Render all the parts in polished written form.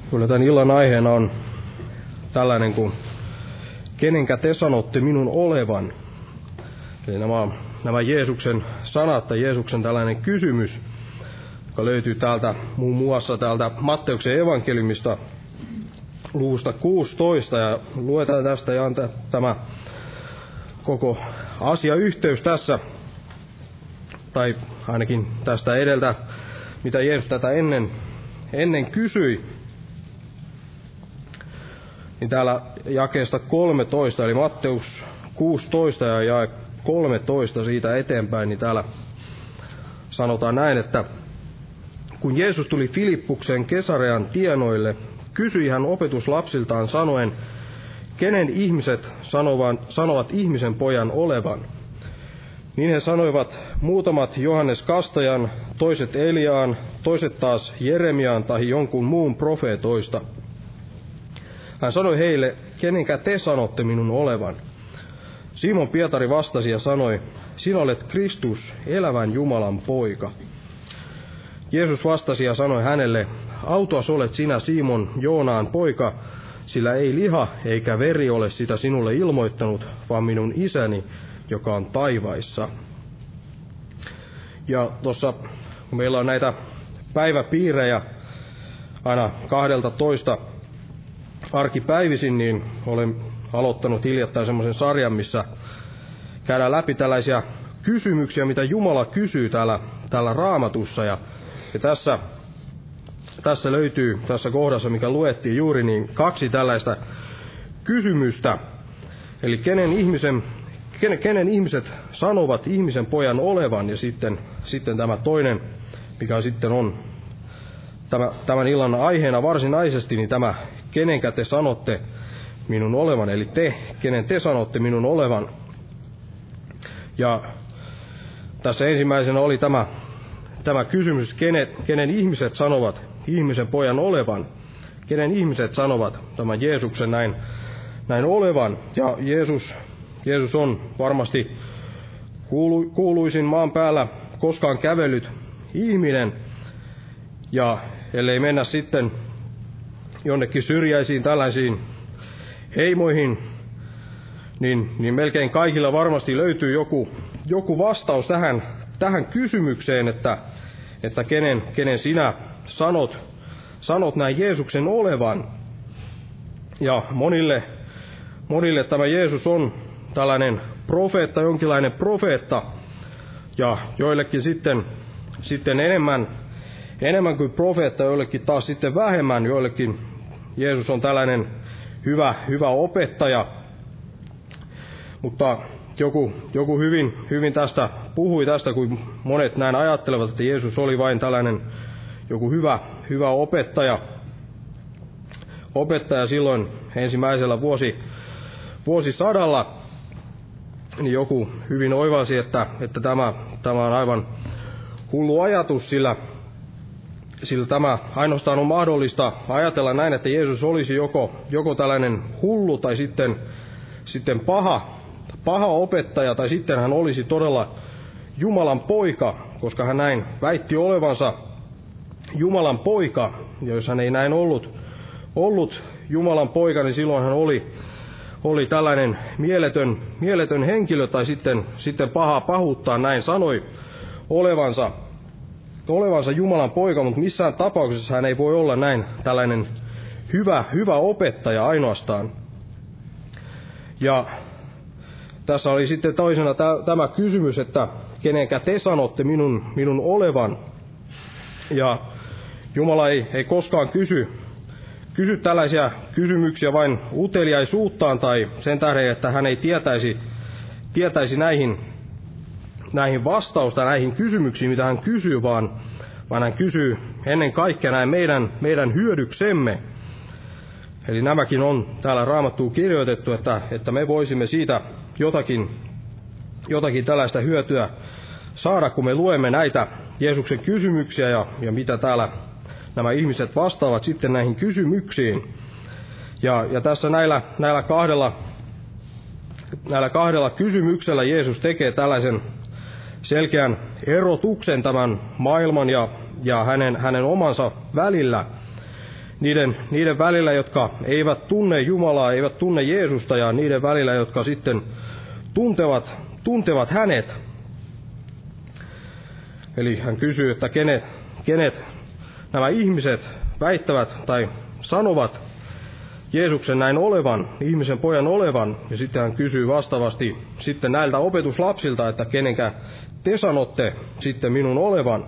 Kyllä tämän illan aiheena on tällainen kuin kenenkä te sanotte minun olevan. Eli nämä Jeesuksen sanat tai Jeesuksen tällainen kysymys, joka löytyy täältä muun muassa täältä Matteuksen evankeliumista luvusta 16, ja luetaan tästä ja antaa tämä koko asiayhteys tässä, tai ainakin tästä edeltä, mitä Jeesus tätä ennen kysyi. Niin täällä jakeesta 13, eli Matteus 16 ja jae 13 siitä eteenpäin, niin täällä sanotaan näin, että kun Jeesus tuli Filippuksen Kesarean tienoille, kysyi hän opetuslapsiltaan sanoen, kenen ihmiset sanovat ihmisen pojan olevan. Niin he sanoivat muutamat Johannes Kastajan, toiset Eliaan, toiset taas Jeremiaan tai jonkun muun profeetoista. Hän sanoi heille, kenenkä te sanotte minun olevan? Simon Pietari vastasi ja sanoi, sinä olet Kristus, elävän Jumalan poika. Jeesus vastasi ja sanoi hänelle, autuas olet sinä Simon, Joonaan poika, sillä ei liha eikä veri ole sitä sinulle ilmoittanut, vaan minun isäni, joka on taivaissa. Ja tuossa, kun meillä on näitä päiväpiirejä aina 12 arkipäivisin, niin olen aloittanut hiljattain semmoisen sarjan, missä käydään läpi tällaisia kysymyksiä, mitä Jumala kysyy täällä Raamatussa. Ja tässä löytyy, tässä kohdassa, mikä luettiin juuri, niin 2 tällaista kysymystä. Eli kenen ihmiset sanovat ihmisen pojan olevan, ja sitten tämä toinen, mikä sitten on tämän illan aiheena varsinaisesti, niin tämä kenenkä te sanotte minun olevan, eli kenen te sanotte minun olevan. Ja tässä ensimmäisenä oli tämä kysymys, kenen ihmiset sanovat ihmisen pojan olevan. Kenen ihmiset sanovat tämän Jeesuksen näin olevan. Ja Jeesus on varmasti kuuluisin maan päällä koskaan kävellyt ihminen. Ja ellei mennä sitten jonnekin syrjäisiin tällaisiin heimoihin, niin melkein kaikilla varmasti löytyy joku vastaus tähän kysymykseen, että kenen sinä sanot näin Jeesuksen olevan. Ja monille tämä Jeesus on tällainen profeetta, jonkinlainen profeetta, ja joillekin sitten enemmän kuin profeetta, joillekin taas sitten vähemmän, joillekin Jeesus on tällainen hyvä opettaja. Mutta joku hyvin tästä puhui tästä, kun monet näin ajattelevat, että Jeesus oli vain tällainen joku hyvä opettaja silloin ensimmäisellä vuosisadalla. Niin joku hyvin oivalsi, että tämä on aivan hullu ajatus, sillä tämä ainoastaan on mahdollista ajatella näin, että Jeesus olisi joko tällainen hullu tai sitten paha opettaja, tai sitten hän olisi todella Jumalan poika, koska hän näin väitti olevansa Jumalan poika. Ja jos hän ei näin ollut Jumalan poika, niin silloin hän oli tällainen mieletön henkilö, tai sitten pahuuttaa näin sanoi olevansa Jumalan poika, mutta missään tapauksessa hän ei voi olla näin tällainen hyvä opettaja ainoastaan. Ja tässä oli sitten toisena tämä kysymys, että kenenkä te sanotte minun olevan. Ja Jumala ei koskaan kysy tällaisia kysymyksiä vain uteliaisuuttaan tai sen tähden, että hän ei tietäisi näihin vastausta näihin kysymyksiin, mitä hän kysyy, vaan hän kysyy ennen kaikkea näin meidän hyödyksemme. Eli nämäkin on täällä Raamattuun kirjoitettu, että me voisimme siitä jotakin tällaista hyötyä saada, kun me luemme näitä Jeesuksen kysymyksiä ja mitä täällä nämä ihmiset vastaavat sitten näihin kysymyksiin. Ja tässä näillä kahdella kysymyksellä Jeesus tekee tällaisen selkeän erotuksen tämän maailman ja hänen omansa välillä. niiden välillä, jotka eivät tunne Jumalaa, eivät tunne Jeesusta, ja niiden välillä, jotka sitten tuntevat hänet. Eli hän kysyy, että kenet nämä ihmiset väittävät tai sanovat Jeesuksen näin olevan, ihmisen pojan olevan, ja sitten hän kysyy vastaavasti sitten näiltä opetuslapsilta, että kenenkä te sanotte sitten minun olevan.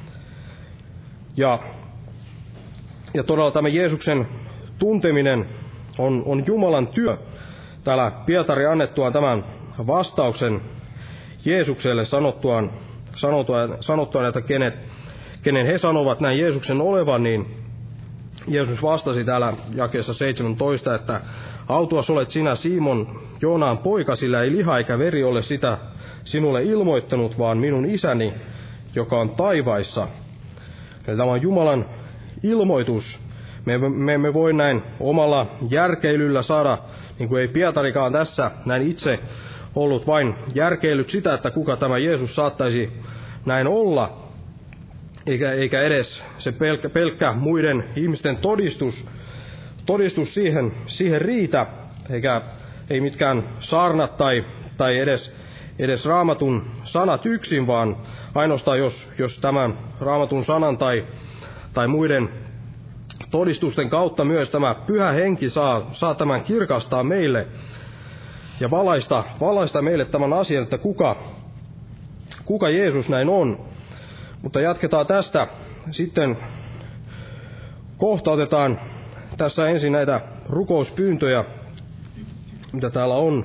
Ja todella tämä Jeesuksen tunteminen on Jumalan työ. Täällä Pietari annettuaan tämän vastauksen Jeesukselle sanottuaan, että kenen he sanovat näin Jeesuksen olevan, niin Jeesus vastasi täällä jakeessa 17, että autuas olet sinä Simon, Joonaan poika, sillä ei liha eikä veri ole sitä sinulle ilmoittanut, vaan minun isäni, joka on taivaissa. Eli tämä on Jumalan ilmoitus. Me emme voi näin omalla järkeilyllä saada, niin kuin ei Pietarikaan tässä näin itse ollut vain järkeilyt sitä, että kuka tämä Jeesus saattaisi näin olla, eikä edes se pelkkä muiden ihmisten todistus siihen riitä, eikä ei mitkään saarnat tai edes Raamatun sanat yksin, vaan ainoastaan jos tämän Raamatun sanan tai muiden todistusten kautta myös tämä Pyhä Henki saa tämän kirkastaa meille ja valaista meille tämän asian, että kuka Jeesus näin on. Mutta jatketaan tästä sitten. Kohta otetaan tässä ensin näitä rukouspyyntöjä, mitä täällä on.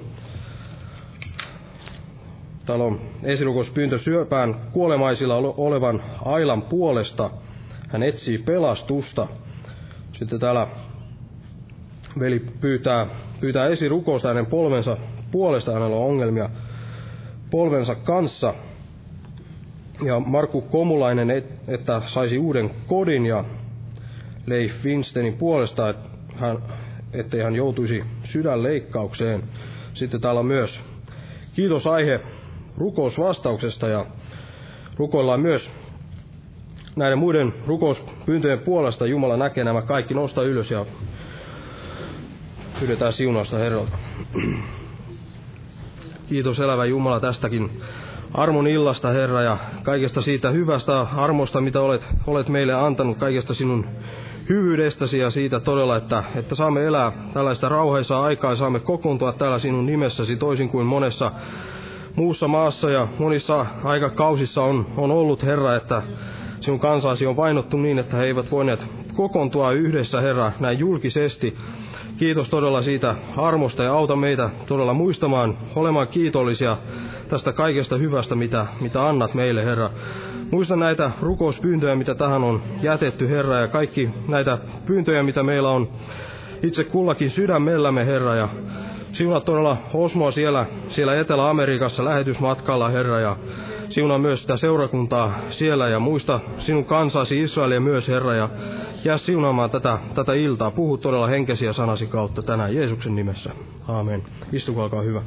Täällä on esirukouspyyntö syöpään kuolemaisilla olevan Ailan puolesta. Hän etsii pelastusta. Sitten täällä veli pyytää esirukousta hänen polvensa puolesta. Hänellä on ongelmia polvensa kanssa. Ja Markku Komulainen, että saisi uuden kodin, ja Leif Winstenin puolesta, ettei hän joutuisi sydänleikkaukseen. Sitten täällä on myös kiitosaihe rukousvastauksesta, ja rukoillaan myös näiden muiden rukouspyyntöjen puolesta. Jumala näkee nämä kaikki, nosta ylös ja pyydetään siunausta Herralta. Kiitos elävä Jumala tästäkin armon illasta, Herra, ja kaikesta siitä hyvästä armosta, mitä olet meille antanut, kaikesta sinun hyvyydestäsi ja siitä todella, että saamme elää tällaista rauhaisaa aikaa ja saamme kokoontua täällä sinun nimessäsi toisin kuin monessa muussa maassa ja monissa aikakausissa on ollut, Herra, että sinun kansasi on vainottu niin, että he eivät voineet kokoontua yhdessä, Herra, näin julkisesti. Kiitos todella siitä armosta ja auta meitä todella muistamaan, olemaan kiitollisia tästä kaikesta hyvästä, mitä annat meille, Herra. Muista näitä rukouspyyntöjä, mitä tähän on jätetty, Herra, ja kaikki näitä pyyntöjä, mitä meillä on itse kullakin sydämellämme, Herra, ja siunaa todella Osmoa siellä Etelä-Amerikassa lähetysmatkalla, Herra, ja siunaa myös sitä seurakuntaa siellä, ja muista sinun kansasi Israelia myös, Herra, ja jää siunaamaan tätä iltaa. Puhu todella henkesi ja sanasi kautta tänään Jeesuksen nimessä. Aamen. Istukaa, olkaa hyvä.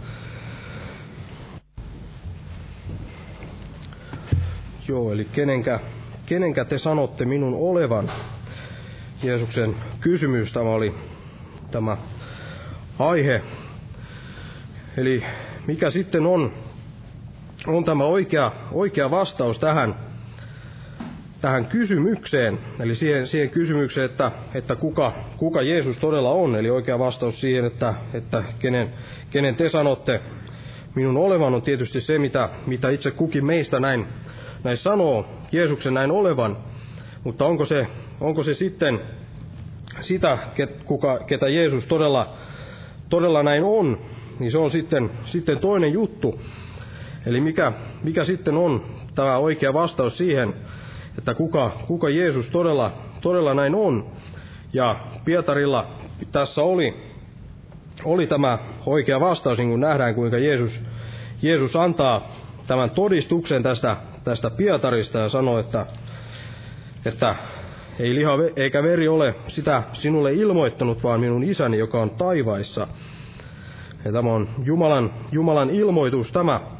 Joo, eli kenenkä te sanotte minun olevan? Jeesuksen kysymys, tämä oli tämä aihe. Eli mikä sitten on tämä oikea vastaus tähän kysymykseen, eli siihen kysymykseen, että kuka Jeesus todella on, eli oikea vastaus siihen, että kenen te sanotte minun olevan, on tietysti se, mitä itse kukin meistä näin sanoo Jeesuksen näin olevan, mutta onko se sitten sitä, ketä Jeesus todella näin on, niin se on sitten toinen juttu. Eli mikä sitten on tämä oikea vastaus siihen, että kuka Jeesus todella näin on. Ja Pietarilla tässä oli tämä oikea vastaus, niin kuin nähdään, kuinka Jeesus antaa tämän todistuksen tästä Pietarista ja sanoo, että ei liha eikä veri ole sitä sinulle ilmoittanut, vaan minun isäni, joka on taivaissa. Ja tämä on Jumalan ilmoitus,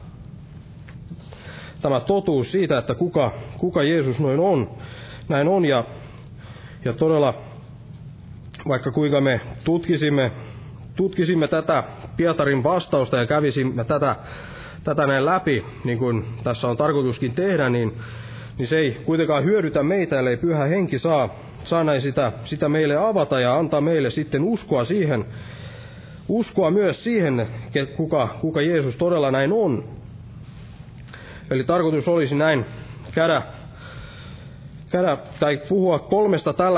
tämä totuus siitä, että kuka Jeesus näin on, ja todella vaikka kuinka me tutkisimme tätä Pietarin vastausta ja kävisimme tätä näin läpi, niin kuin tässä on tarkoituskin tehdä, niin se ei kuitenkaan hyödytä meitä, ellei Pyhä Henki saa näin sitä meille avata ja antaa meille sitten uskoa myös siihen, kuka Jeesus todella näin on. Eli tarkoitus olisi näin käydä tai puhua 3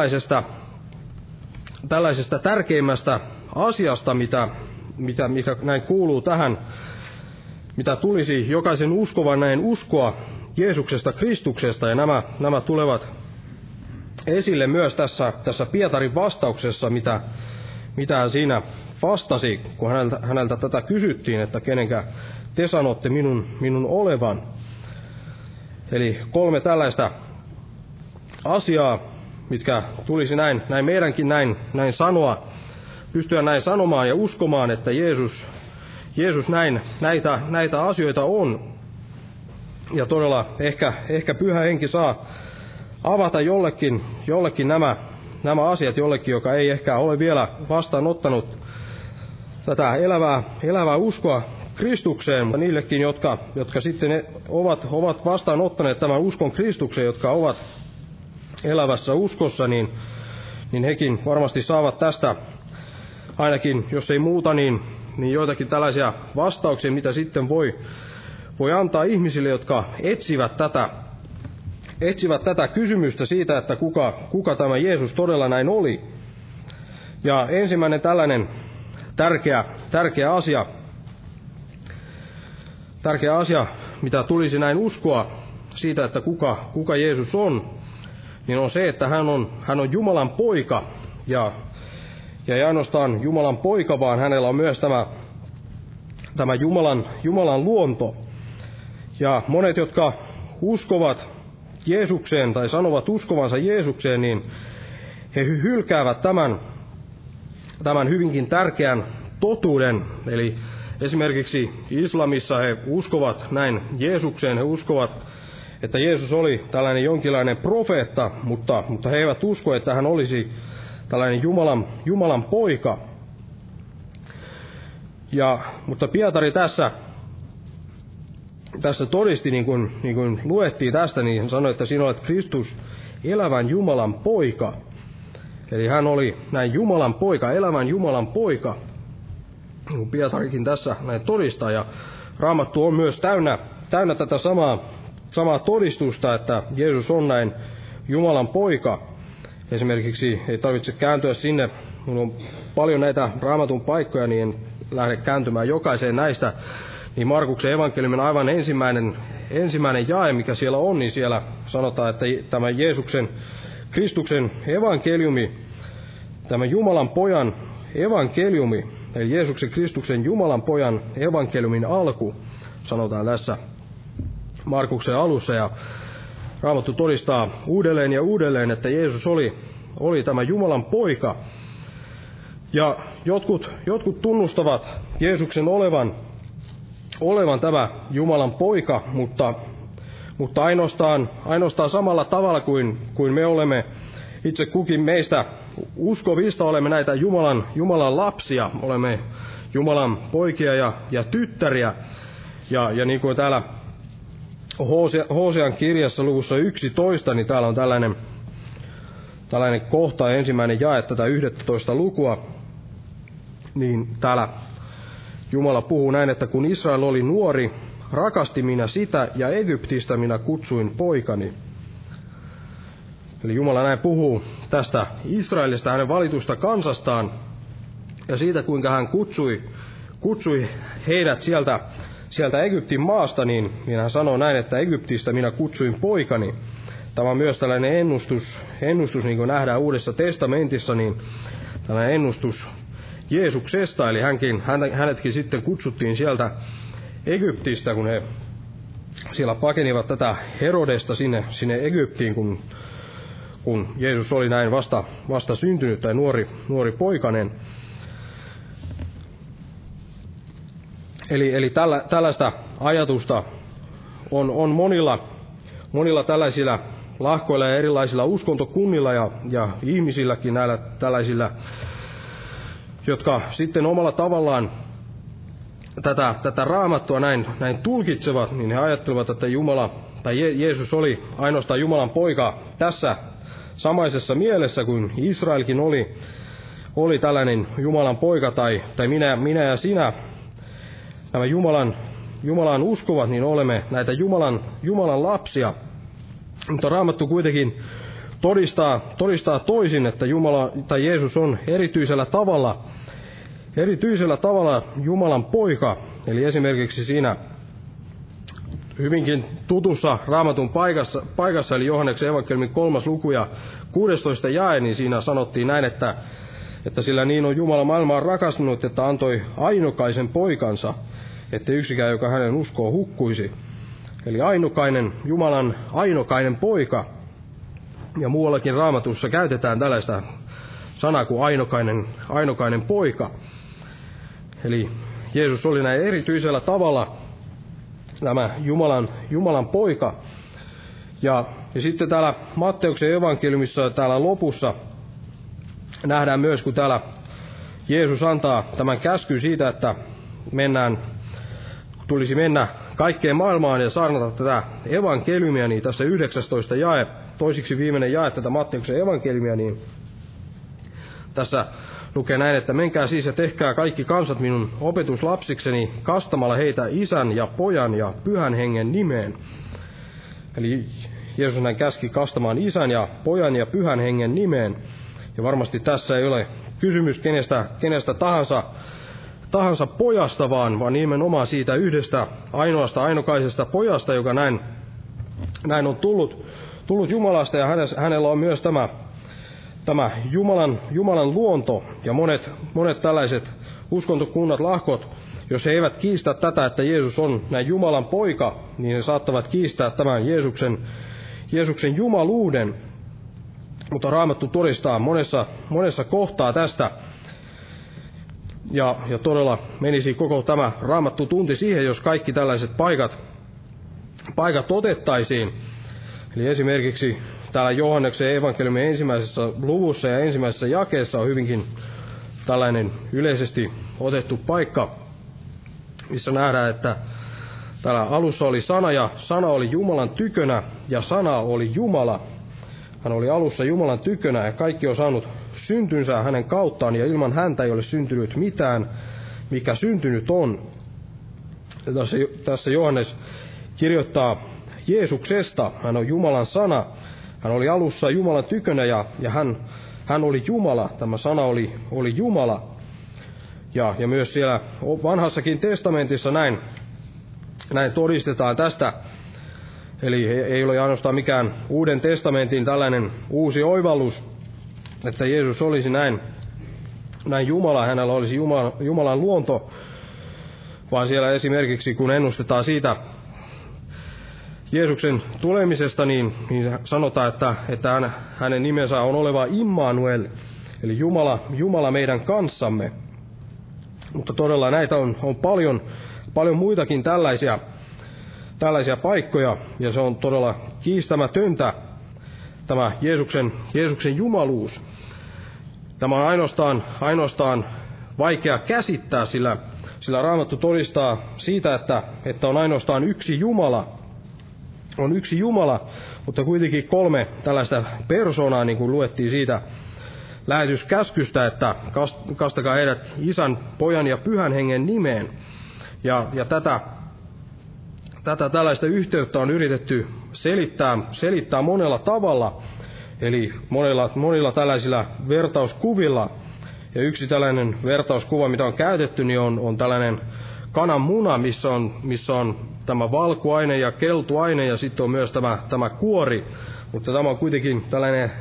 tällaisesta tärkeimmästä asiasta, mikä näin kuuluu tähän, mitä tulisi jokaisen uskovan näin uskoa Jeesuksesta Kristuksesta, ja nämä tulevat esille myös tässä Pietarin vastauksessa, mitä hän siinä vastasi, kun häneltä tätä kysyttiin, että kenenkä te sanotte minun olevan. Eli 3 tällaista asiaa, mitkä tulisi näin meidänkin näin sanoa, pystyä näin sanomaan ja uskomaan, että Jeesus näin näitä asioita on. Ja todella ehkä Pyhä Henki saa avata jollekin nämä asiat, jollekin, joka ei ehkä ole vielä vastaanottanut tätä elävää uskoa Kristukseen, mutta niillekin, jotka sitten ovat vastaanottaneet tämän uskon Kristukseen, jotka ovat elävässä uskossa, niin hekin varmasti saavat tästä ainakin, jos ei muuta, niin joitakin tällaisia vastauksia, mitä sitten voi antaa ihmisille, jotka etsivät tätä kysymystä siitä, että kuka tämä Jeesus todella näin oli. Ja ensimmäinen tällainen tärkeä asia, mitä tulisi näin uskoa siitä, että kuka Jeesus on, niin on se, että hän on Jumalan poika, ja ei ainoastaan Jumalan poika, vaan hänellä on myös tämä Jumalan luonto. Ja monet, jotka uskovat Jeesukseen tai sanovat uskovansa Jeesukseen, niin he hylkäävät tämän hyvinkin tärkeän totuuden. Eli esimerkiksi islamissa he uskovat näin Jeesukseen, he uskovat, että Jeesus oli tällainen jonkinlainen profeetta, mutta he eivät usko, että hän olisi tällainen Jumalan poika. Mutta Pietari tässä todisti, niin kuin luettiin tästä, niin hän sanoi, että sinä olet Kristus, elävän Jumalan poika. Eli hän oli näin Jumalan poika, elävän Jumalan poika, niin kuin Pietarikin tässä näin todistaa. Ja Raamattu on myös täynnä tätä samaa todistusta, että Jeesus on näin Jumalan poika. Esimerkiksi ei tarvitse kääntyä sinne, minulla on paljon näitä Raamatun paikkoja, niin en lähde kääntymään jokaiseen näistä. Niin Markuksen evankeliumin aivan ensimmäinen jae, mikä siellä on, niin siellä sanotaan, että tämä Jeesuksen, Kristuksen evankeliumi, tämä Jumalan pojan evankeliumi, eli Jeesuksen Kristuksen Jumalan pojan evankeliumin alku, sanotaan tässä Markuksen alussa, ja Raamattu todistaa uudelleen ja uudelleen, että Jeesus oli tämä Jumalan poika. Ja jotkut tunnustavat Jeesuksen olevan tämä Jumalan poika, mutta ainoastaan samalla tavalla kuin me olemme itse kukin meistä uskovista, olemme näitä Jumalan lapsia, olemme Jumalan poikia ja tyttäriä. Ja niin kuin täällä Hosean kirjassa luvussa 11, niin täällä on tällainen kohta, ensimmäinen jae tätä 11 lukua, niin täällä Jumala puhuu näin, että kun Israel oli nuori, rakastin minä sitä, ja Egyptistä minä kutsuin poikani. Eli Jumala näin puhuu tästä Israelista, hänen valitusta kansastaan, ja siitä kuinka hän kutsui heidät sieltä Egyptin maasta, niin hän sanoo näin, että Egyptistä minä kutsuin poikani. Tämä on myös tällainen ennustus, niin kuin nähdään Uudessa testamentissa, niin tällainen ennustus Jeesuksesta, eli hänetkin sitten kutsuttiin sieltä Egyptistä, kun he siellä pakenivat tätä Herodesta sinne Egyptiin, kun Jeesus oli näin vasta syntynyt tai nuori poikanen. Eli tällaista ajatusta on monilla lahkoilla ja erilaisilla uskontokunnilla ja ihmisilläkin näillä tällaisilla, jotka sitten omalla tavallaan tätä raamattua näin tulkitsevat, niin he ajattelevat, että Jumala tai Jeesus oli ainoastaan Jumalan poika tässä samaisessa mielessä kuin Israelkin oli tällainen Jumalan poika tai minä ja sinä, nämä Jumalaan uskovat, niin olemme näitä Jumalan lapsia. Mutta Raamattu kuitenkin todistaa toisin, että Jumala tai Jeesus on erityisellä tavalla Jumalan poika. Eli esimerkiksi siinä hyvinkin tutussa Raamatun paikassa eli Johanneksen evankeliumin 3. luku ja 16. jae, niin siinä sanottiin näin, että sillä niin on Jumala maailmaa rakastunut, että antoi ainokaisen poikansa, että yksikään, joka hänen uskoo, hukkuisi. Eli Jumalan ainokainen poika. Ja muuallakin Raamatussa käytetään tällaista sanaa kuin ainokainen poika. Eli Jeesus oli näin erityisellä tavalla tämä Jumalan poika. Ja sitten täällä Matteuksen evankeliumissa täällä lopussa nähdään myös, kun täällä Jeesus antaa tämän käskyn siitä, että tulisi mennä kaikkeen maailmaan ja saarnata tätä evankeliumia, niin tässä 19. jae, toisiksi viimeinen jae tätä Matteuksen evankeliumia, niin tässä lukee näin, että menkää siis ja tehkää kaikki kansat minun opetuslapsikseni kastamalla heitä Isän ja Pojan ja Pyhän Hengen nimeen. Eli Jeesus näin käski kastamaan Isän ja Pojan ja Pyhän Hengen nimeen. Ja varmasti tässä ei ole kysymys kenestä tahansa pojasta, vaan nimenomaan siitä yhdestä ainoasta ainokaisesta pojasta, joka näin on tullut Jumalasta, ja hänellä on myös tämä Jumalan luonto, ja monet tällaiset uskontokunnat, lahkot, jos he eivät kiistä tätä, että Jeesus on näin Jumalan poika, niin he saattavat kiistää tämän Jeesuksen jumaluuden. Mutta Raamattu todistaa monessa kohtaa tästä, ja todella menisi koko tämä Raamattu tunti siihen, jos kaikki tällaiset paikat otettaisiin. Eli esimerkiksi täällä Johanneksen evankeliumin 1. luvussa ja 1. jakeessa on hyvinkin tällainen yleisesti otettu paikka, missä nähdään, että täällä alussa oli sana, ja sana oli Jumalan tykönä, ja sana oli Jumala. Hän oli alussa Jumalan tykönä, ja kaikki on saanut syntynsä hänen kauttaan, ja ilman häntä ei ole syntynyt mitään, mikä syntynyt on. Ja tässä Johannes kirjoittaa Jeesuksesta. Hän on Jumalan sana. Hän oli alussa Jumalan tykönä, ja hän oli Jumala. Tämä sana oli Jumala. Ja myös siellä vanhassakin testamentissa näin todistetaan tästä. Eli ei ole ainoastaan mikään Uuden testamentin tällainen uusi oivallus, että Jeesus olisi näin Jumala, hänellä olisi Jumalan luonto, vaan siellä esimerkiksi kun ennustetaan siitä Jeesuksen tulemisesta, niin sanotaan, että hänen nimensä on oleva Immanuel, eli Jumala meidän kanssamme. Mutta todella näitä on paljon muitakin tällaisia paikkoja, ja se on todella kiistämätöntä, tämä Jeesuksen jumaluus. Tämä on ainoastaan vaikea käsittää, sillä Raamattu todistaa siitä, että on ainoastaan yksi Jumala. On yksi Jumala, mutta kuitenkin 3 tällaista persoonaa, niin kuin luettiin siitä lähetyskäskystä, että kastakaa heidät Isän, Pojan ja Pyhän Hengen nimeen. Ja tätä tällaista yhteyttä on yritetty selittää monella tavalla, eli monilla tällaisilla vertauskuvilla. Ja yksi tällainen vertauskuva, mitä on käytetty, niin on tällainen kananmuna, missä on tämä valkuaine ja keltuaine, ja sitten on myös tämä kuori. Mutta tämä on kuitenkin tällainen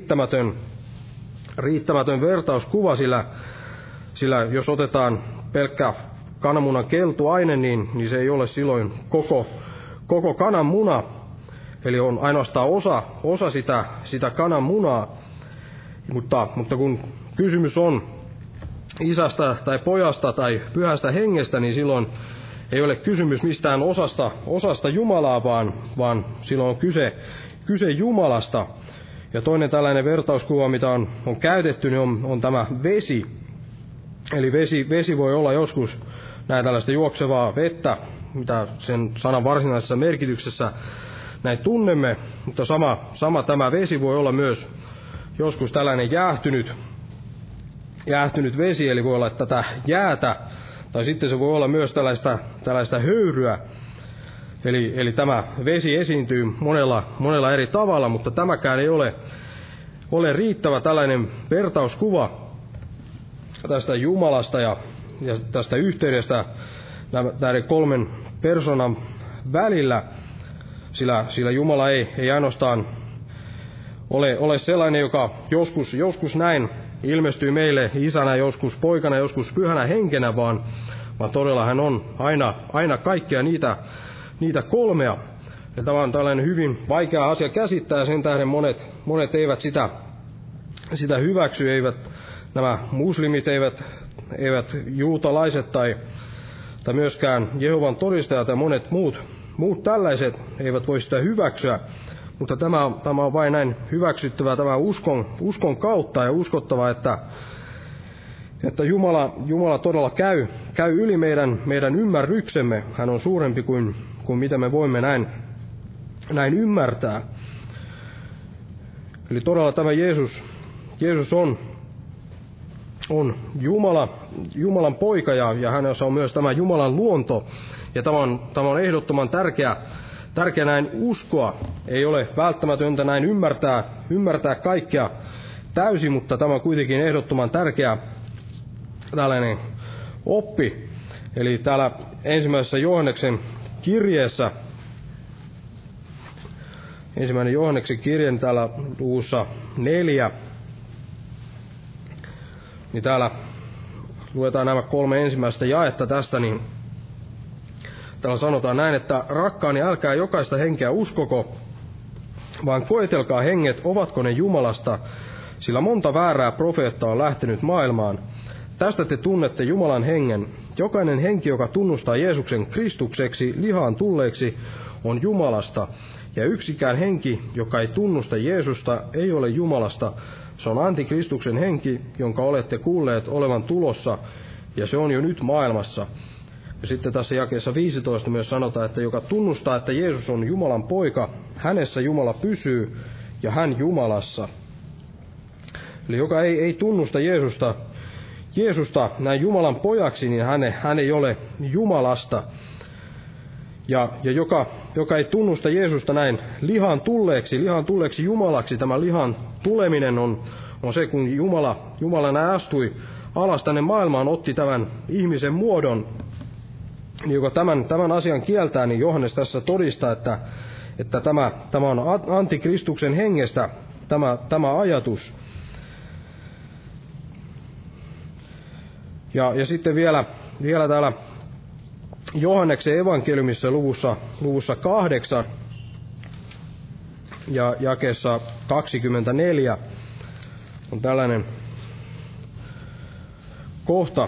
riittämätön vertauskuva, sillä jos otetaan pelkkä kananmunan keltuaine, niin se ei ole silloin koko kananmuna, eli on ainoastaan osa sitä kananmunaa. Mutta kun kysymys on Isästä tai Pojasta tai Pyhästä Hengestä, niin silloin ei ole kysymys mistään osasta Jumalaa, vaan silloin on kyse Jumalasta. Ja toinen tällainen vertauskuva, mitä on käytetty, niin on tämä vesi. Eli vesi voi olla joskus näin tällaista juoksevaa vettä, mitä sen sanan varsinaisessa merkityksessä näin tunnemme, mutta sama tämä vesi voi olla myös joskus tällainen jäähtynyt vesi, eli voi olla tätä jäätä, tai sitten se voi olla myös tällaista höyryä. Eli tämä vesi esiintyy monella eri tavalla, mutta tämäkään ei ole riittävä tällainen vertauskuva tästä Jumalasta ja tästä yhteydestä näiden kolmen persoonan välillä, sillä Jumala ei ainoastaan ole sellainen, joka joskus näin ilmestyy meille isänä, joskus poikana, joskus pyhänä henkenä, vaan todella hän on aina kaikkia niitä kolmea. Ja tämä on tällainen hyvin vaikea asia käsittää, ja sen tähden monet eivät sitä hyväksy, eivät nämä muslimit, eivät juutalaiset tai myöskään Jehovan todistajat ja monet muut tällaiset eivät voi sitä hyväksyä. Mutta tämä on vain näin hyväksyttävää tämä uskon kautta ja uskottava, että Jumala todella käy yli meidän ymmärryksemme. Hän on suurempi kuin mitä me voimme näin ymmärtää. Eli todella tämä Jeesus on Jumalan poika ja hänessä on myös tämä Jumalan luonto. Ja tämä on ehdottoman tärkeä näin uskoa. Ei ole välttämätöntä näin ymmärtää kaikkea täysin, mutta tämä on kuitenkin ehdottoman tärkeä tällainen oppi. Eli täällä ensimmäisessä Johanneksen kirjeessä, ensimmäinen Johanneksen kirje täällä luvussa 4, niin täällä luetaan nämä 3 ensimmäistä jaetta tästä, niin täällä sanotaan näin, että rakkaani, älkää jokaista henkeä uskoko, vaan koetelkaa henget, ovatko ne Jumalasta, sillä monta väärää profeettaa on lähtenyt maailmaan. Tästä te tunnette Jumalan hengen. Jokainen henki, joka tunnustaa Jeesuksen Kristukseksi, lihaan tulleeksi, on Jumalasta. Ja yksikään henki, joka ei tunnusta Jeesusta, ei ole Jumalasta. Se on antikristuksen henki, jonka olette kuulleet olevan tulossa, ja se on jo nyt maailmassa. Ja sitten tässä jakeessa 15 myös sanotaan, että joka tunnustaa, että Jeesus on Jumalan poika, hänessä Jumala pysyy, ja hän Jumalassa. Eli joka ei tunnusta Jeesusta näin Jumalan pojaksi, niin hän ei ole Jumalasta. Ja joka ei tunnusta Jeesusta näin lihan tulleeksi Jumalaksi, tämä lihan tuleminen on se, kun Jumala näin astui alas tänne maailmaan, otti tämän ihmisen muodon, niin joka tämän asian kieltää, niin Johannes tässä todistaa, että tämä on antikristuksen hengestä tämä ajatus. Ja sitten vielä täällä Johanneksen evankeliumissa luvussa 8 ja jakeessa 24 on tällainen kohta.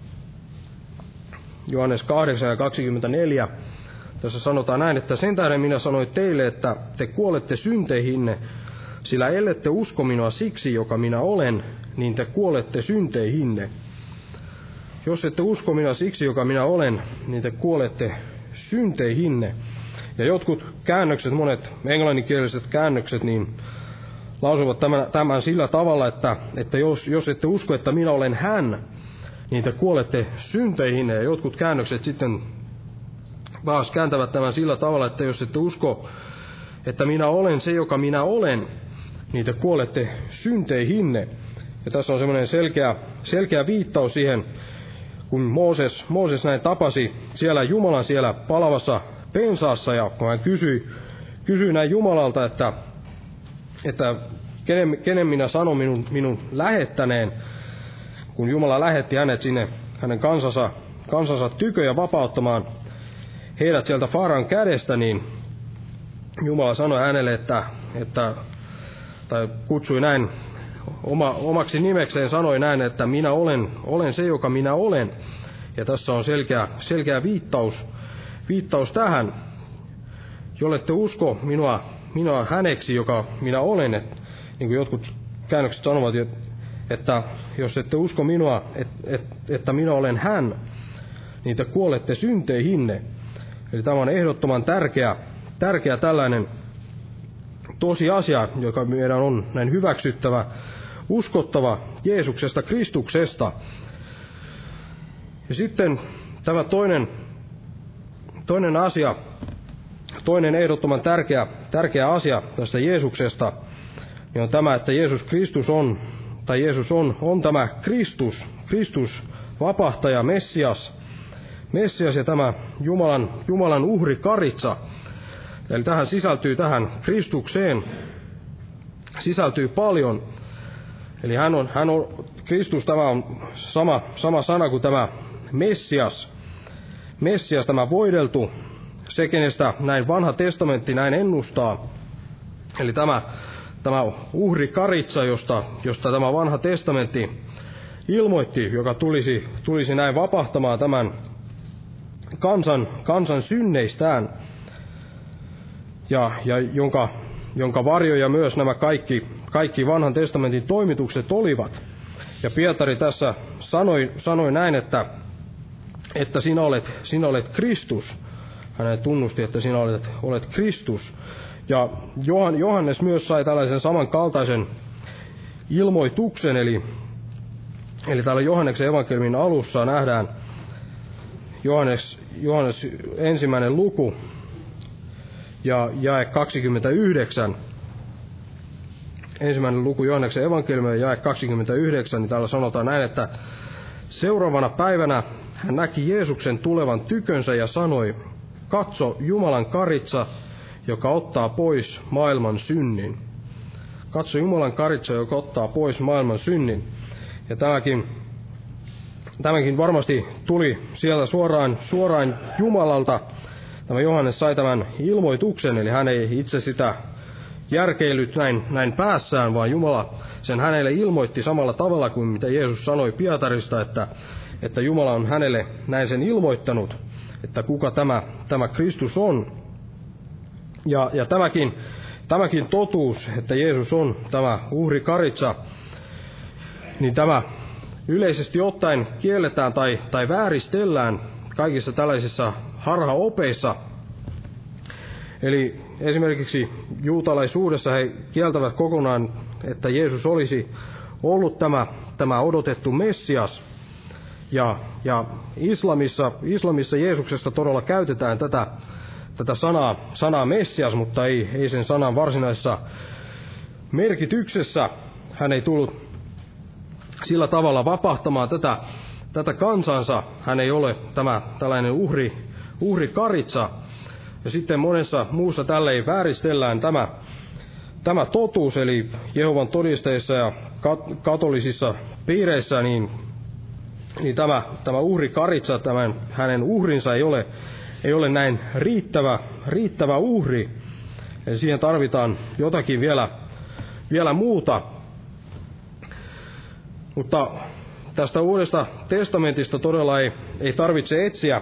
Johannes 8 ja 24. Tässä sanotaan näin, että sen tähden minä sanoin teille, että te kuolette synteihinne, sillä ellette usko minua siksi, joka minä olen, niin te kuolette synteihinne. Jos ette usko minua siksi, joka minä olen, niin te kuolette synteihinne. Ja jotkut käännökset, monet englanninkieliset käännökset, niin lausuvat tämän sillä tavalla, että jos ette usko, että minä olen hän, niin te kuolette synteihinne. Ja jotkut käännökset sitten taas kääntävät tämän sillä tavalla, että jos ette usko, että minä olen se, joka minä olen, niin te kuolette synteihinne. Ja tässä on semmoinen selkeä viittaus siihen, kun Mooses näin tapasi siellä Jumalan siellä palavassa pensaassa, ja kun hän kysyi näin Jumalalta, että kenen minä sanon minun lähettäneen, kun Jumala lähetti hänet sinne hänen kansansa tykö ja vapauttamaan heidät sieltä Faraon kädestä, niin Jumala sanoi hänelle, tai kutsui näin omaksi nimekseen, sanoi näin, että minä olen se, joka minä olen. Ja tässä on selkeä viittaus tähän. Jollette usko minua häneksi, joka minä olen, niin kuin jotkut käännökset sanovat, että jos ette usko minua, että minä olen hän, niin te kuolette synteihinne. Eli tämä on ehdottoman tärkeä tällainen tosiasia, joka meidän on näin hyväksyttävä, uskottava Jeesuksesta, Kristuksesta. Ja sitten tämä toinen asia, toinen ehdottoman tärkeä asia tästä Jeesuksesta, niin on tämä, että Jeesus on tämä Kristus, vapahtaja, Messias ja tämä Jumalan uhrikaritsa. Eli tähän Kristukseen sisältyy paljon. Eli hän on Kristus, tämä on sama sana kuin tämä Messias, tämä voideltu, se kenestä näin vanha testamentti näin ennustaa. Eli tämä uhrikaritsa, josta tämä vanha testamentti ilmoitti, joka tulisi näin vapahtamaan tämän kansan synneistään, ja jonka varjoja myös nämä kaikki vanhan testamentin toimitukset olivat. Ja Pietari tässä sanoi näin, että sinä olet Kristus. Hän tunnusti, että sinä olet Kristus. Ja Johannes myös sai tällaisen samankaltaisen ilmoituksen, eli täällä Johanneksen evankeliumin alussa nähdään Johannes 1. luku ja jae 29. 1. luku Johanneksen evankeliumia jae 29, niin täällä sanotaan näin, että seuraavana päivänä hän näki Jeesuksen tulevan tykönsä ja sanoi, katso Jumalan karitsa, joka ottaa pois maailman synnin. Katso Jumalan karitsa, joka ottaa pois maailman synnin. Ja tämäkin varmasti tuli sieltä suoraan Jumalalta. Tämä Johannes sai tämän ilmoituksen, eli hän ei itse sitä järkeillyt näin päässään, vaan Jumala sen hänelle ilmoitti samalla tavalla kuin mitä Jeesus sanoi Pietarista, että Jumala on hänelle näin sen ilmoittanut, että kuka tämä Kristus on. Ja tämäkin totuus, että Jeesus on tämä uhrikaritsa, niin tämä yleisesti ottaen kielletään tai vääristellään kaikissa tällaisissa harhaopeissa. Eli esimerkiksi juutalaisuudessa he kieltävät kokonaan, että Jeesus olisi ollut tämä odotettu Messias. Ja islamissa Jeesuksesta todella käytetään tätä sanaa Messias, mutta ei sen sanan varsinaisessa merkityksessä. Hän ei tullut sillä tavalla vapahtamaan tätä kansansa. Hän ei ole tällainen uhrikaritsa. Ja sitten monessa muussa tälleen vääristellään tämä totuus, eli Jehovan todistajissa ja katolisissa piireissä, niin tämä uhrikaritsa, hänen uhrinsa ei ole näin riittävä uhri. Eli siihen tarvitaan jotakin vielä muuta. Mutta tästä Uudesta testamentista todella ei tarvitse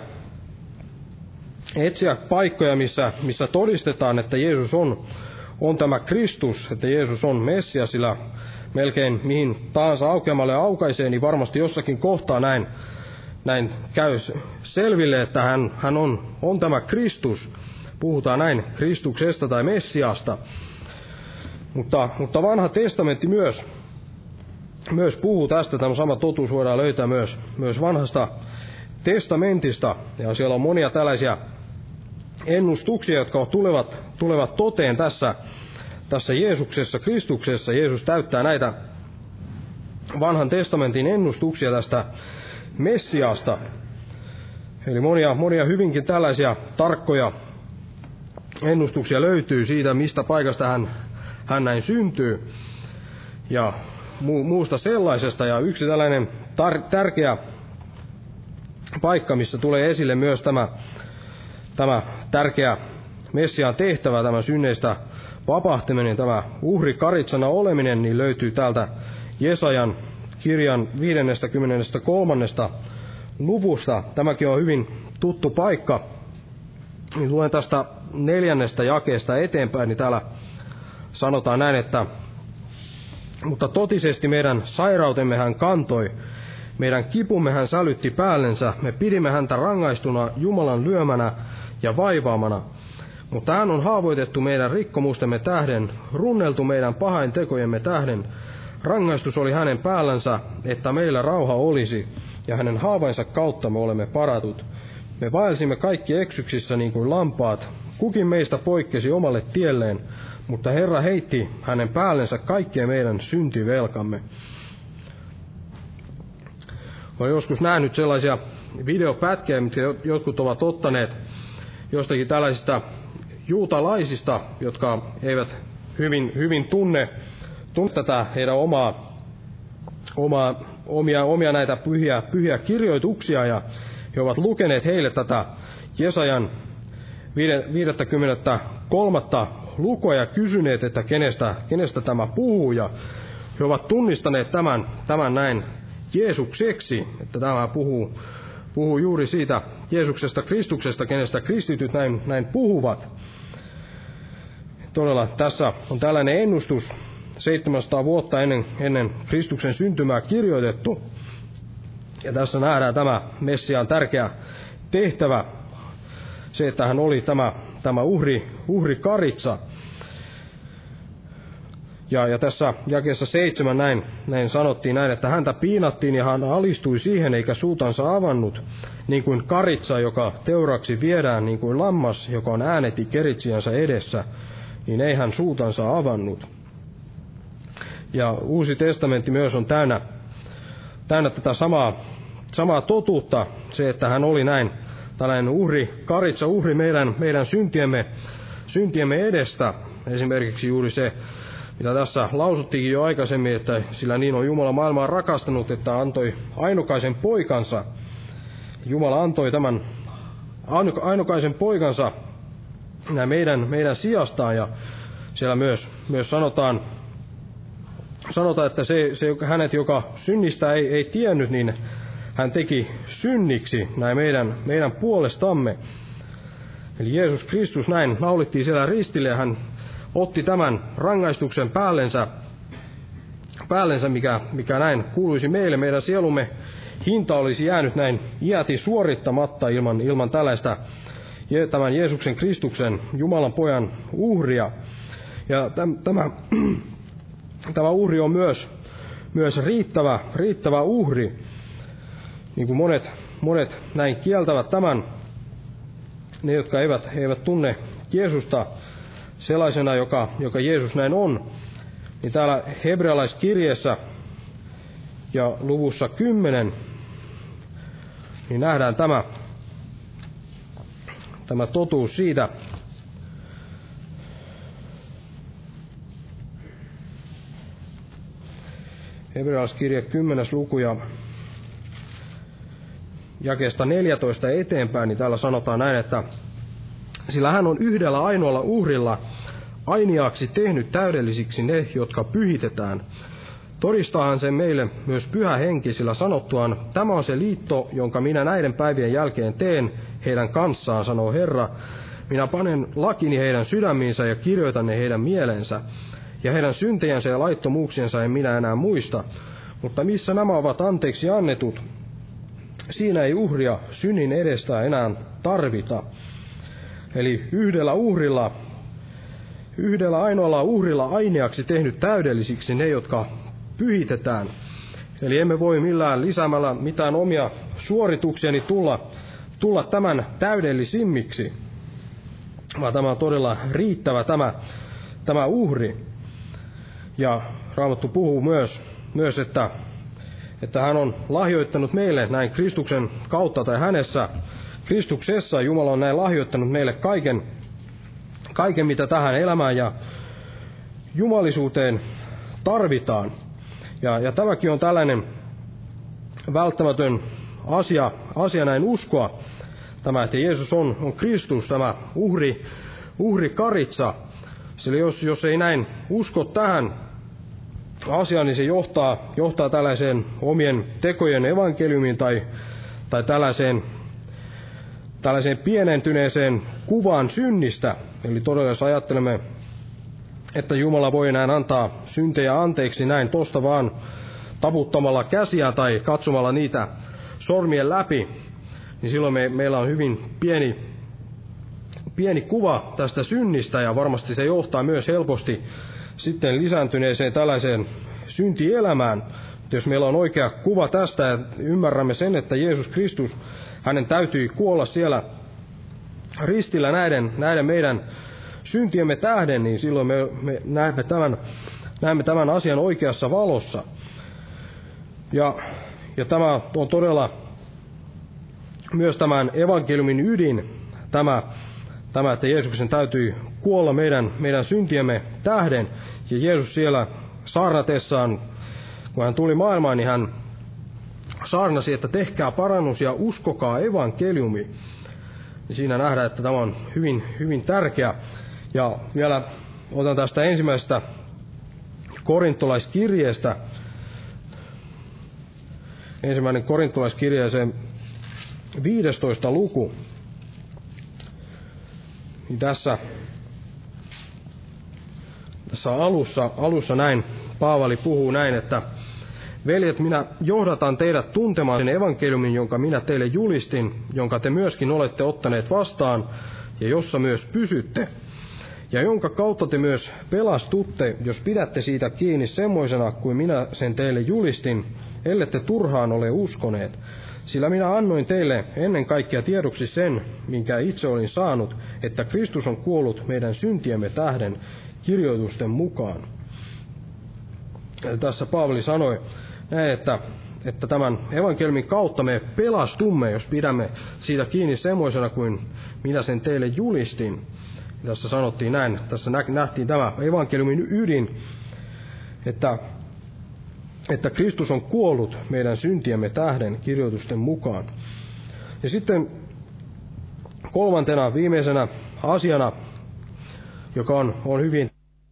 etsiä paikkoja, missä todistetaan, että Jeesus on tämä Kristus, että Jeesus on Messias, sillä melkein mihin tahansa aukeamalle aukaisee, niin varmasti jossakin kohtaa näin käy selville, että hän on tämä Kristus. Puhutaan näin Kristuksesta tai Messiasta. Mutta vanha testamentti myös puhuu tästä. Tämä sama totuus voidaan löytää myös vanhasta testamentista. Ja siellä on monia tällaisia ennustuksia, jotka tulevat toteen tässä Jeesuksessa, Kristuksessa. Jeesus täyttää näitä vanhan testamentin ennustuksia tästä Messiasta. Eli monia hyvinkin tällaisia tarkkoja ennustuksia löytyy siitä, mistä paikasta hän näin syntyy. Ja muusta sellaisesta. Ja yksi tällainen tärkeä paikka, missä tulee esille myös tämä tärkeä Messiaan tehtävä, tämä synneistä vapahtaminen, tämä uhrikaritsana oleminen, niin löytyy täältä Jesajan kirjan 53. luvusta. Tämäkin on hyvin tuttu paikka. Niin luen tästä 4. jakeesta eteenpäin, niin täällä sanotaan näin, että mutta totisesti meidän sairautemme hän kantoi, meidän kipumme hän sälytti päällensä, me pidimme häntä rangaistuna Jumalan lyömänä ja vaivaamana. Mutta hän on haavoitettu meidän rikkomustemme tähden, runneltu meidän pahaintekojemme tähden. Rangaistus oli hänen päällänsä, että meillä rauha olisi, ja hänen haavainsa kautta me olemme paratut. Me vaelsimme kaikki eksyksissä niin kuin lampaat, kukin meistä poikkesi omalle tielleen, mutta Herra heitti hänen päällensä kaikkien meidän syntivelkamme. Olen joskus nähnyt sellaisia videopätkiä, mitkä jotkut ovat ottaneet jostakin tällaisista juutalaisista, jotka eivät hyvin tunne tätä heidän omia näitä pyhiä kirjoituksia, ja he ovat lukeneet heille tätä Jesajan 53. lukua ja kysyneet, että kenestä tämä puhuu, ja he ovat tunnistaneet tämän näin Jeesukseksi, että tämä puhuu juuri siitä Jeesuksesta Kristuksesta, kenestä kristityt näin puhuvat. Todella tässä on tällainen ennustus 700 vuotta ennen Kristuksen syntymää kirjoitettu. Ja tässä nähdään tämä Messiaan tärkeä tehtävä, se, että hän oli tämä uhrikaritsa. Ja tässä jakeessa 7 näin sanottiin näin, että häntä piinattiin ja hän alistui siihen eikä suutansa avannut, niin kuin karitsa, joka teuraksi viedään, niin kuin lammas, joka on ääneti keritsiänsä edessä, niin ei hän suutansa avannut. Ja Uusi testamentti myös on täynnä tätä samaa totuutta, se, että hän oli näin tällainen karitsa, uhri meidän syntiemme edestä. Esimerkiksi juuri se, mitä tässä lausuttiinkin jo aikaisemmin, että sillä niin on Jumala maailmaa rakastanut, että antoi ainokaisen poikansa. Jumala antoi tämän ainokaisen poikansa meidän sijastaan, ja siellä myös sanotaan, että se hänet, joka synnistä ei tiennyt, niin hän teki synniksi näin meidän puolestamme. Eli Jeesus Kristus näin naulittiin siellä ristille, ja hän otti tämän rangaistuksen päällensä, mikä näin kuuluisi meille. Meidän sielumme hinta olisi jäänyt näin iäti suorittamatta ilman tällaista tämän Jeesuksen Kristuksen, Jumalan pojan uhria. Ja tämä uhri on myös riittävä uhri. Niin kuin monet näin kieltävät tämän, ne jotka eivät tunne Jeesusta sellaisena, joka Jeesus näin on, niin täällä hebrealaiskirjeessä ja luvussa 10, niin nähdään tämä totuus siitä. Hebrealaiskirje 10. luku ja jakeesta 14 eteenpäin, niin täällä sanotaan näin, että sillä hän on yhdellä ainoalla uhrilla ainiaaksi tehnyt täydellisiksi ne, jotka pyhitetään. Todistaahan sen meille myös Pyhä Henki, sillä sanottuaan, tämä on se liitto, jonka minä näiden päivien jälkeen teen heidän kanssaan, sanoo Herra. Minä panen lakini heidän sydämiinsä ja kirjoitan ne heidän mielensä. Ja heidän syntejänsä ja laittomuuksiensa en minä enää muista. Mutta missä nämä ovat anteeksi annetut, siinä ei uhria synnin edestä enää tarvita. Eli yhdellä ainoalla uhrilla ainiaksi tehnyt täydellisiksi ne, jotka pyhitetään. Eli emme voi millään lisäämällä mitään omia suorituksiani tulla tämän täydellisimmiksi, vaan tämä on todella riittävä tämä uhri. Ja Raamattu puhuu myös että hän on lahjoittanut meille näin Kristuksen kautta tai hänessä, Kristuksessa Jumala on näin lahjoittanut meille kaiken mitä tähän elämään ja jumalisuuteen tarvitaan. Ja tämäkin on tällainen välttämätön asia näin uskoa, tämä, että Jeesus on Kristus, tämä uhrikaritsa. Sillä jos ei näin usko tähän asiaan, niin se johtaa tällaiseen omien tekojen evankeliumiin tai tällaiseen pienentyneeseen kuvaan synnistä. Eli todella jos ajattelemme, että Jumala voi näin antaa syntejä anteeksi näin tosta vaan taputtamalla käsiä tai katsomalla niitä sormien läpi, niin silloin meillä on hyvin pieni kuva tästä synnistä, ja varmasti se johtaa myös helposti sitten lisääntyneeseen tällaiseen syntielämään. Mutta jos meillä on oikea kuva tästä ja ymmärrämme sen, että Jeesus Kristus, hänen täytyi kuolla siellä ristillä näiden meidän syntiemme tähden, niin silloin me näemme tämän asian oikeassa valossa. Ja tämä on todella myös tämän evankeliumin ydin, tämä, että Jeesuksen täytyy kuolla meidän syntiemme tähden. Ja Jeesus siellä saarnatessaan, kun hän tuli maailmaan, niin hän saarnasi, että tehkää parannus ja uskokaa evankeliumi. Ja siinä nähdään, että tämä on hyvin, hyvin tärkeä. Ja vielä otan tästä ensimmäisestä korintolaiskirjeestä. Ensimmäinen korintolaiskirje, se 15. luku. Niin tässä alussa näin Paavali puhuu näin, että veljet, minä johdatan teidät tuntemaan sen evankeliumin, jonka minä teille julistin, jonka te myöskin olette ottaneet vastaan, ja jossa myös pysytte, ja jonka kautta te myös pelastutte, jos pidätte siitä kiinni semmoisena kuin minä sen teille julistin, ellette turhaan ole uskoneet. Sillä minä annoin teille ennen kaikkea tiedoksi sen, minkä itse olin saanut, että Kristus on kuollut meidän syntiemme tähden kirjoitusten mukaan. Eli tässä Paavali sanoi näin, että tämän evankeliumin kautta me pelastumme, jos pidämme siitä kiinni semmoisena kuin minä sen teille julistin. Tässä sanottiin näin, tässä nähtiin tämä evankeliumin ydin, että Kristus on kuollut meidän syntiemme tähden kirjoitusten mukaan. Ja sitten kolmantena viimeisenä asiana, joka on hyvin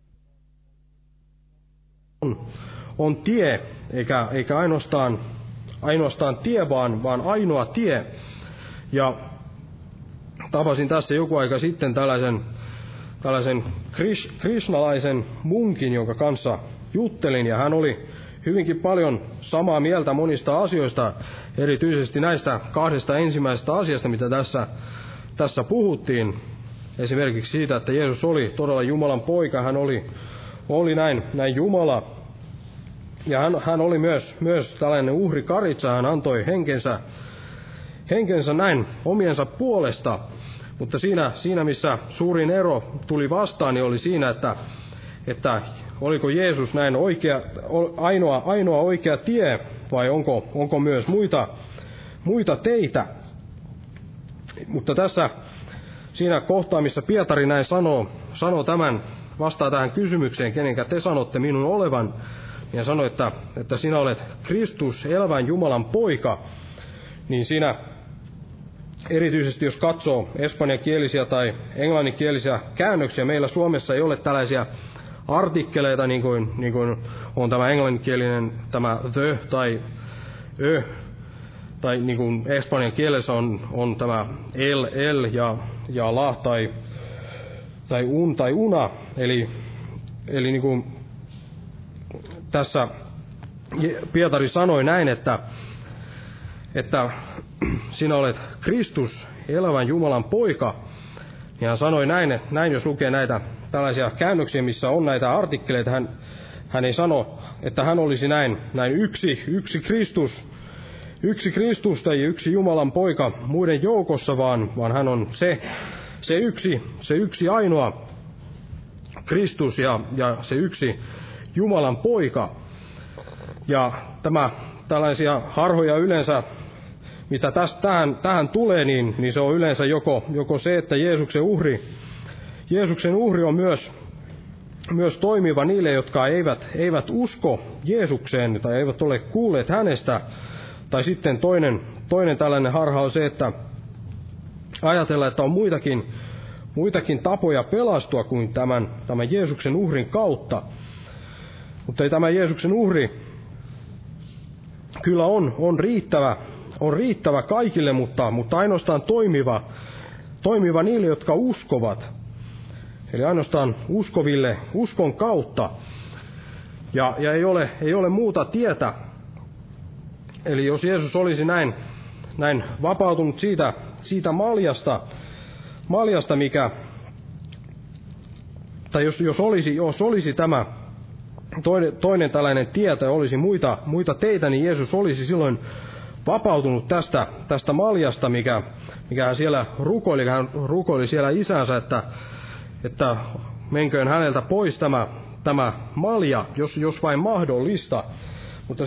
on tie, eikä ainoastaan tie, vaan ainoa tie. Ja tapasin tässä joku aika sitten tällaisen krishnalaisen munkin, jonka kanssa juttelin, ja hän oli hyvinkin paljon samaa mieltä monista asioista, erityisesti näistä kahdesta ensimmäisestä asiasta, mitä tässä puhuttiin. Esimerkiksi siitä, että Jeesus oli todella Jumalan poika, hän oli näin Jumala, ja hän oli myös tällainen uhrikaritsa, hän antoi henkensä näin omiensa puolesta, mutta siinä missä suurin ero tuli vastaan, niin oli siinä, että oliko Jeesus näin ainoa oikea tie, vai onko myös muita teitä. Mutta siinä kohtaa, missä Pietari näin sanoo tämän, vastaa tähän kysymykseen, kenenkä te sanotte minun olevan, ja sanoi, että sinä olet Kristus, elävän Jumalan poika, niin siinä erityisesti jos katsoo espanjankielisiä tai englanninkielisiä käännöksiä, meillä Suomessa ei ole tällaisia artikkeleita, niin kuin on tämä englanninkielinen, tämä the tai ö, tai niin kuin espanjan kielessä on tämä el ja la tai un tai una, eli niin kuin tässä Pietari sanoi näin, että sinä olet Kristus, elävän Jumalan poika. Ja hän sanoi näin jos lukee näitä tällaisia käännöksiä, missä on näitä artikkeleita, hän ei sano, että hän olisi näin yksi Kristus tai yksi Jumalan poika muiden joukossa, vaan hän on se yksi ainoa Kristus ja se yksi Jumalan poika. Ja tällaisia harhoja yleensä, mitä tähän tulee, niin se on yleensä joko se, että Jeesuksen uhri on myös toimiva niille, jotka eivät usko Jeesukseen tai eivät ole kuulleet hänestä. Tai sitten toinen tällainen harha on se, että ajatellaan, että on muitakin tapoja pelastua kuin tämän Jeesuksen uhrin kautta. Mutta ei tämä Jeesuksen uhri kyllä on riittävä on riittävä kaikille, mutta ainoastaan toimiva niille, jotka uskovat. Eli ainoastaan uskoville uskon kautta. Ja ei ole muuta tietä. Eli jos Jeesus olisi näin vapautunut siitä maljasta, mikä, tai jos olisi tämä toinen tällainen tie, tai olisi muita teitä, niin Jeesus olisi silloin vapautunut tästä maljasta, mikä hän siellä rukoili. Hän rukoili siellä isänsä, että menköön häneltä pois tämä malja, jos vain mahdollista. Mutta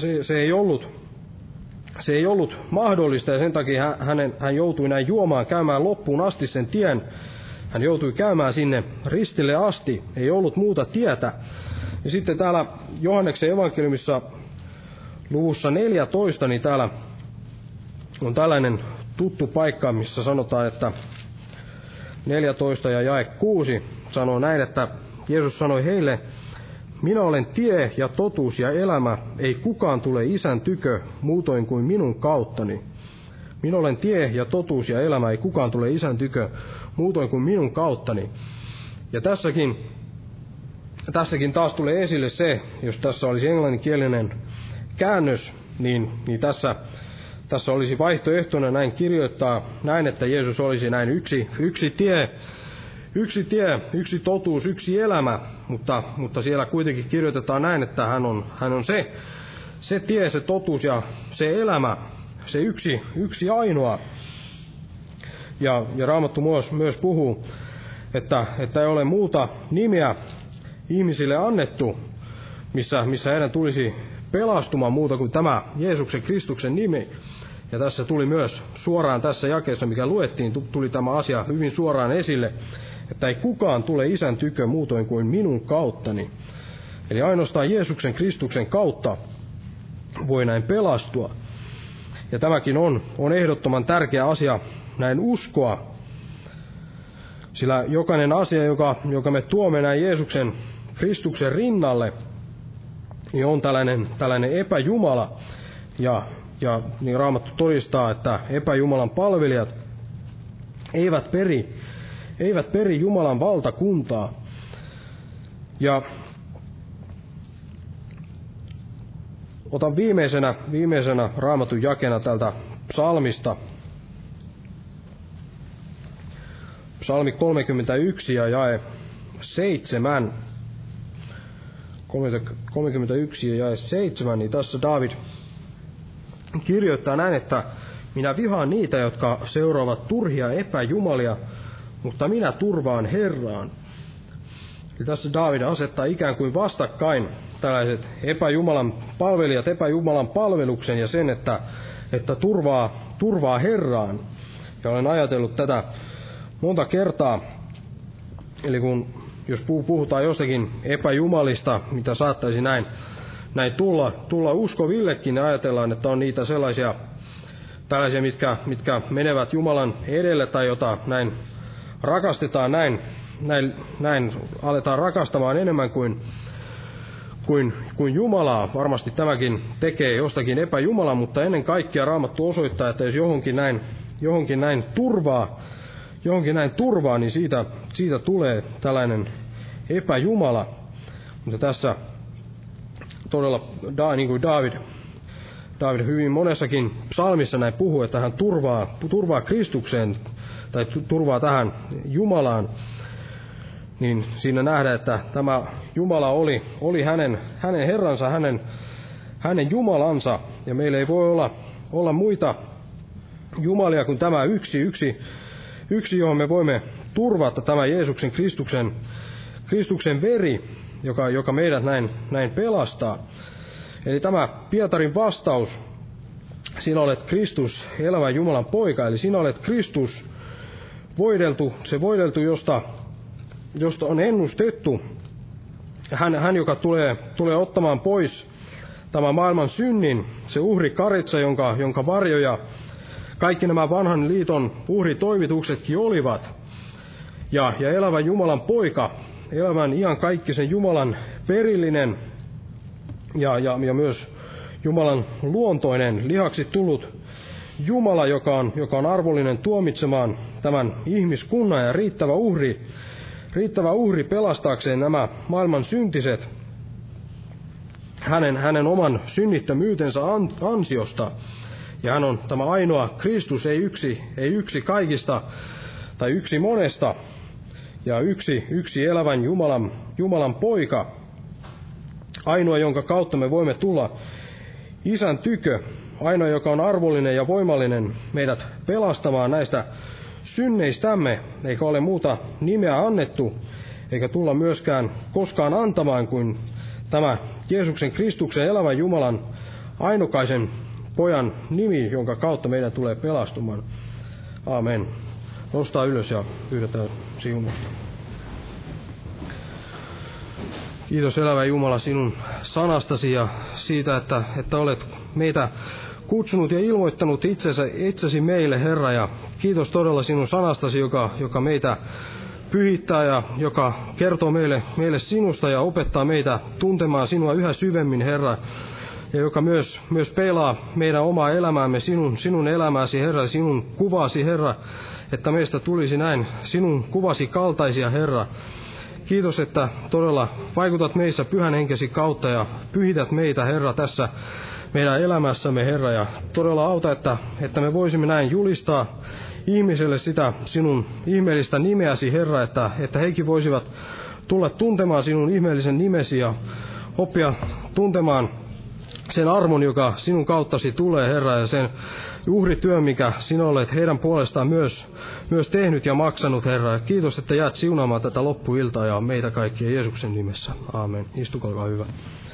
se ei ollut mahdollista, ja sen takia hän joutui näin juomaan, käymään loppuun asti sen tien. Hän joutui käymään sinne ristille asti, ei ollut muuta tietä. Ja sitten täällä Johanneksen evankeliumissa luvussa 14, niin täällä on tällainen tuttu paikka, missä sanotaan, että 14 ja jae 6 sanoo näin, että Jeesus sanoi heille, minä olen tie ja totuus ja elämä, ei kukaan tule Isän tykö muutoin kuin minun kauttani. Minä olen tie ja totuus ja elämä, ei kukaan tule Isän tykö muutoin kuin minun kauttani. Ja tässäkin taas tulee esille se, jos tässä olisi englanninkielinen käännös, niin tässä olisi vaihtoehtona näin kirjoittaa näin, että Jeesus olisi näin yksi tie, yksi totuus, yksi elämä, mutta siellä kuitenkin kirjoitetaan näin, että hän on se tie, se totuus ja se elämä, se yksi ainoa. Ja Raamattu myös puhuu, että ei ole muuta nimeä ihmisille annettu, missä heidän tulisi pelastumaan muuta kuin tämä Jeesuksen Kristuksen nimi. Ja tässä tuli myös suoraan tässä jakeessa, mikä luettiin, tuli tämä asia hyvin suoraan esille, että ei kukaan tule Isän tykö muutoin kuin minun kauttani. Eli ainoastaan Jeesuksen Kristuksen kautta voi näin pelastua. Ja tämäkin on ehdottoman tärkeä asia näin uskoa. Sillä jokainen asia, joka me tuomme näin Jeesuksen Kristuksen rinnalle, niin on tällainen epäjumala. Ja niin Raamattu todistaa, että epäjumalan palvelijat eivät peri Jumalan valtakuntaa. Ja otan viimeisenä Raamatun jakena tältä psalmista. Psalmi 31 ja jae 7. 31 ja jae 7, niin tässä Daavid kirjoittaa näin, että minä vihaan niitä, jotka seuraavat turhia epäjumalia, mutta minä turvaan Herraan. Eli tässä Daavid asettaa ikään kuin vastakkain tällaiset epäjumalan palvelijat, epäjumalan palveluksen ja sen, että turvaa Herraan. Ja olen ajatellut tätä monta kertaa, eli jos puhutaan jostakin epäjumalista, mitä saattaisi näin tulla uskovillekin, niin ajatellaan, että on niitä tällaisia, mitkä menevät Jumalan edelle tai jota näin rakastetaan, näin aletaan rakastamaan enemmän kuin Jumalaa. Varmasti tämäkin tekee jostakin epäjumalaa, mutta ennen kaikkea Raamattu osoittaa, että jos johonkin näin turvaa, niin siitä tulee tällainen epäjumala. Mutta tässä todella, niin kuin Daavid hyvin monessakin psalmissa näin puhuu, että hän turvaa Kristukseen tai turvaa tähän Jumalaan, niin siinä nähdään, että tämä Jumala oli hänen Herransa, hänen Jumalansa, ja meillä ei voi olla muita jumalia kuin tämä yksi, johon me voimme turvata, tämä Jeesuksen Kristuksen veri, joka meidät näin pelastaa. Eli tämä Pietarin vastaus, sinä olet Kristus, elävä Jumalan poika, eli sinä olet Kristus, se voideltu, josta on ennustettu, hän joka tulee ottamaan pois tämän maailman synnin, se uhrikaritsa, jonka varjoja kaikki nämä vanhan liiton uhritoimituksetkin olivat, ja elävä Jumalan poika, elävän iankaikkisen Jumalan perillinen ja myös Jumalan luontoinen, lihaksi tullut Jumala, joka on arvollinen tuomitsemaan tämän ihmiskunnan ja riittävä uhri pelastaakseen nämä maailman syntiset hänen oman synnittömyytensä ansiosta. Ja hän on tämä ainoa Kristus, ei yksi kaikista tai yksi monesta, ja yksi elävän Jumalan poika, ainoa, jonka kautta me voimme tulla Isän tykö, ainoa, joka on arvollinen ja voimallinen meidät pelastamaan näistä synneistämme, eikä ole muuta nimeä annettu, eikä tulla myöskään koskaan antamaan kuin tämä Jeesuksen Kristuksen elävän Jumalan ainokaisen pojan nimi, jonka kautta meidän tulee pelastumaan. Aamen. Nostaa ylös ja pyydetään siunusta. Kiitos elävä Jumala sinun sanastasi ja siitä, että olet meitä kutsunut ja ilmoittanut itsesi meille, Herra. Ja kiitos todella sinun sanastasi, joka meitä pyhittää ja joka kertoo meille sinusta ja opettaa meitä tuntemaan sinua yhä syvemmin, Herra. Ja joka myös peilaa meidän omaa elämäämme, sinun elämääsi, Herra, sinun kuvaasi, Herra, että meistä tulisi näin sinun kuvasi kaltaisia, Herra. Kiitos, että todella vaikutat meissä pyhän henkesi kautta ja pyhität meitä, Herra, tässä meidän elämässämme, Herra. Ja todella auta, että me voisimme näin julistaa ihmiselle sitä sinun ihmeellistä nimeäsi, Herra, että hekin voisivat tulla tuntemaan sinun ihmeellisen nimesi ja oppia tuntemaan sen armon, joka sinun kauttasi tulee, Herra, ja sen uhrityön, mikä sinä olet heidän puolestaan myös tehnyt ja maksanut, Herra. Kiitos, että jäät siunaamaan tätä loppuiltaa ja meitä kaikkia Jeesuksen nimessä. Aamen. Istukaa hyvä.